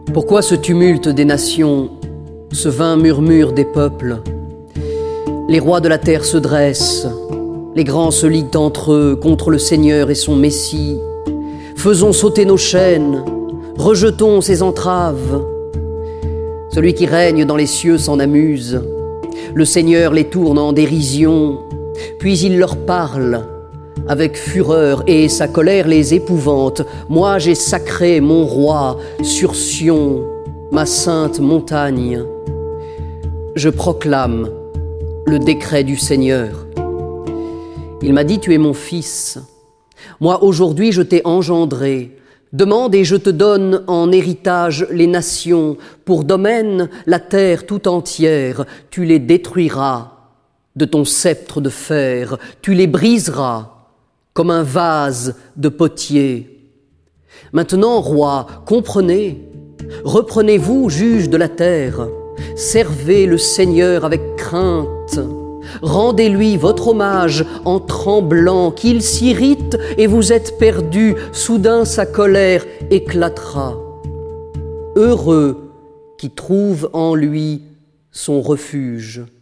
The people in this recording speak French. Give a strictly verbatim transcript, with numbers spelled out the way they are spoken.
Pourquoi ce tumulte des nations, ce vain murmure des peuples? Les rois de la terre se dressent, les grands se liguent entre eux contre le Seigneur et son Messie. Faisons sauter nos chaînes, rejetons ses entraves. Celui qui règne dans les cieux s'en amuse, le Seigneur les tourne en dérision, puis il leur parle avec fureur et sa colère les épouvante. Moi j'ai sacré mon roi sur Sion, ma sainte montagne. Je proclame le décret du Seigneur. Il m'a dit, tu es mon fils. Moi aujourd'hui je t'ai engendré. Demande et je te donne en héritage les nations, pour domaine la terre tout entière. Tu les détruiras de ton sceptre de fer, tu les briseras comme un vase de potier. Maintenant, roi, comprenez, reprenez-vous, juges de la terre, servez le Seigneur avec crainte, rendez-lui votre hommage en tremblant, qu'il s'irrite et vous êtes perdus, soudain sa colère éclatera. Heureux qui trouve en lui son refuge.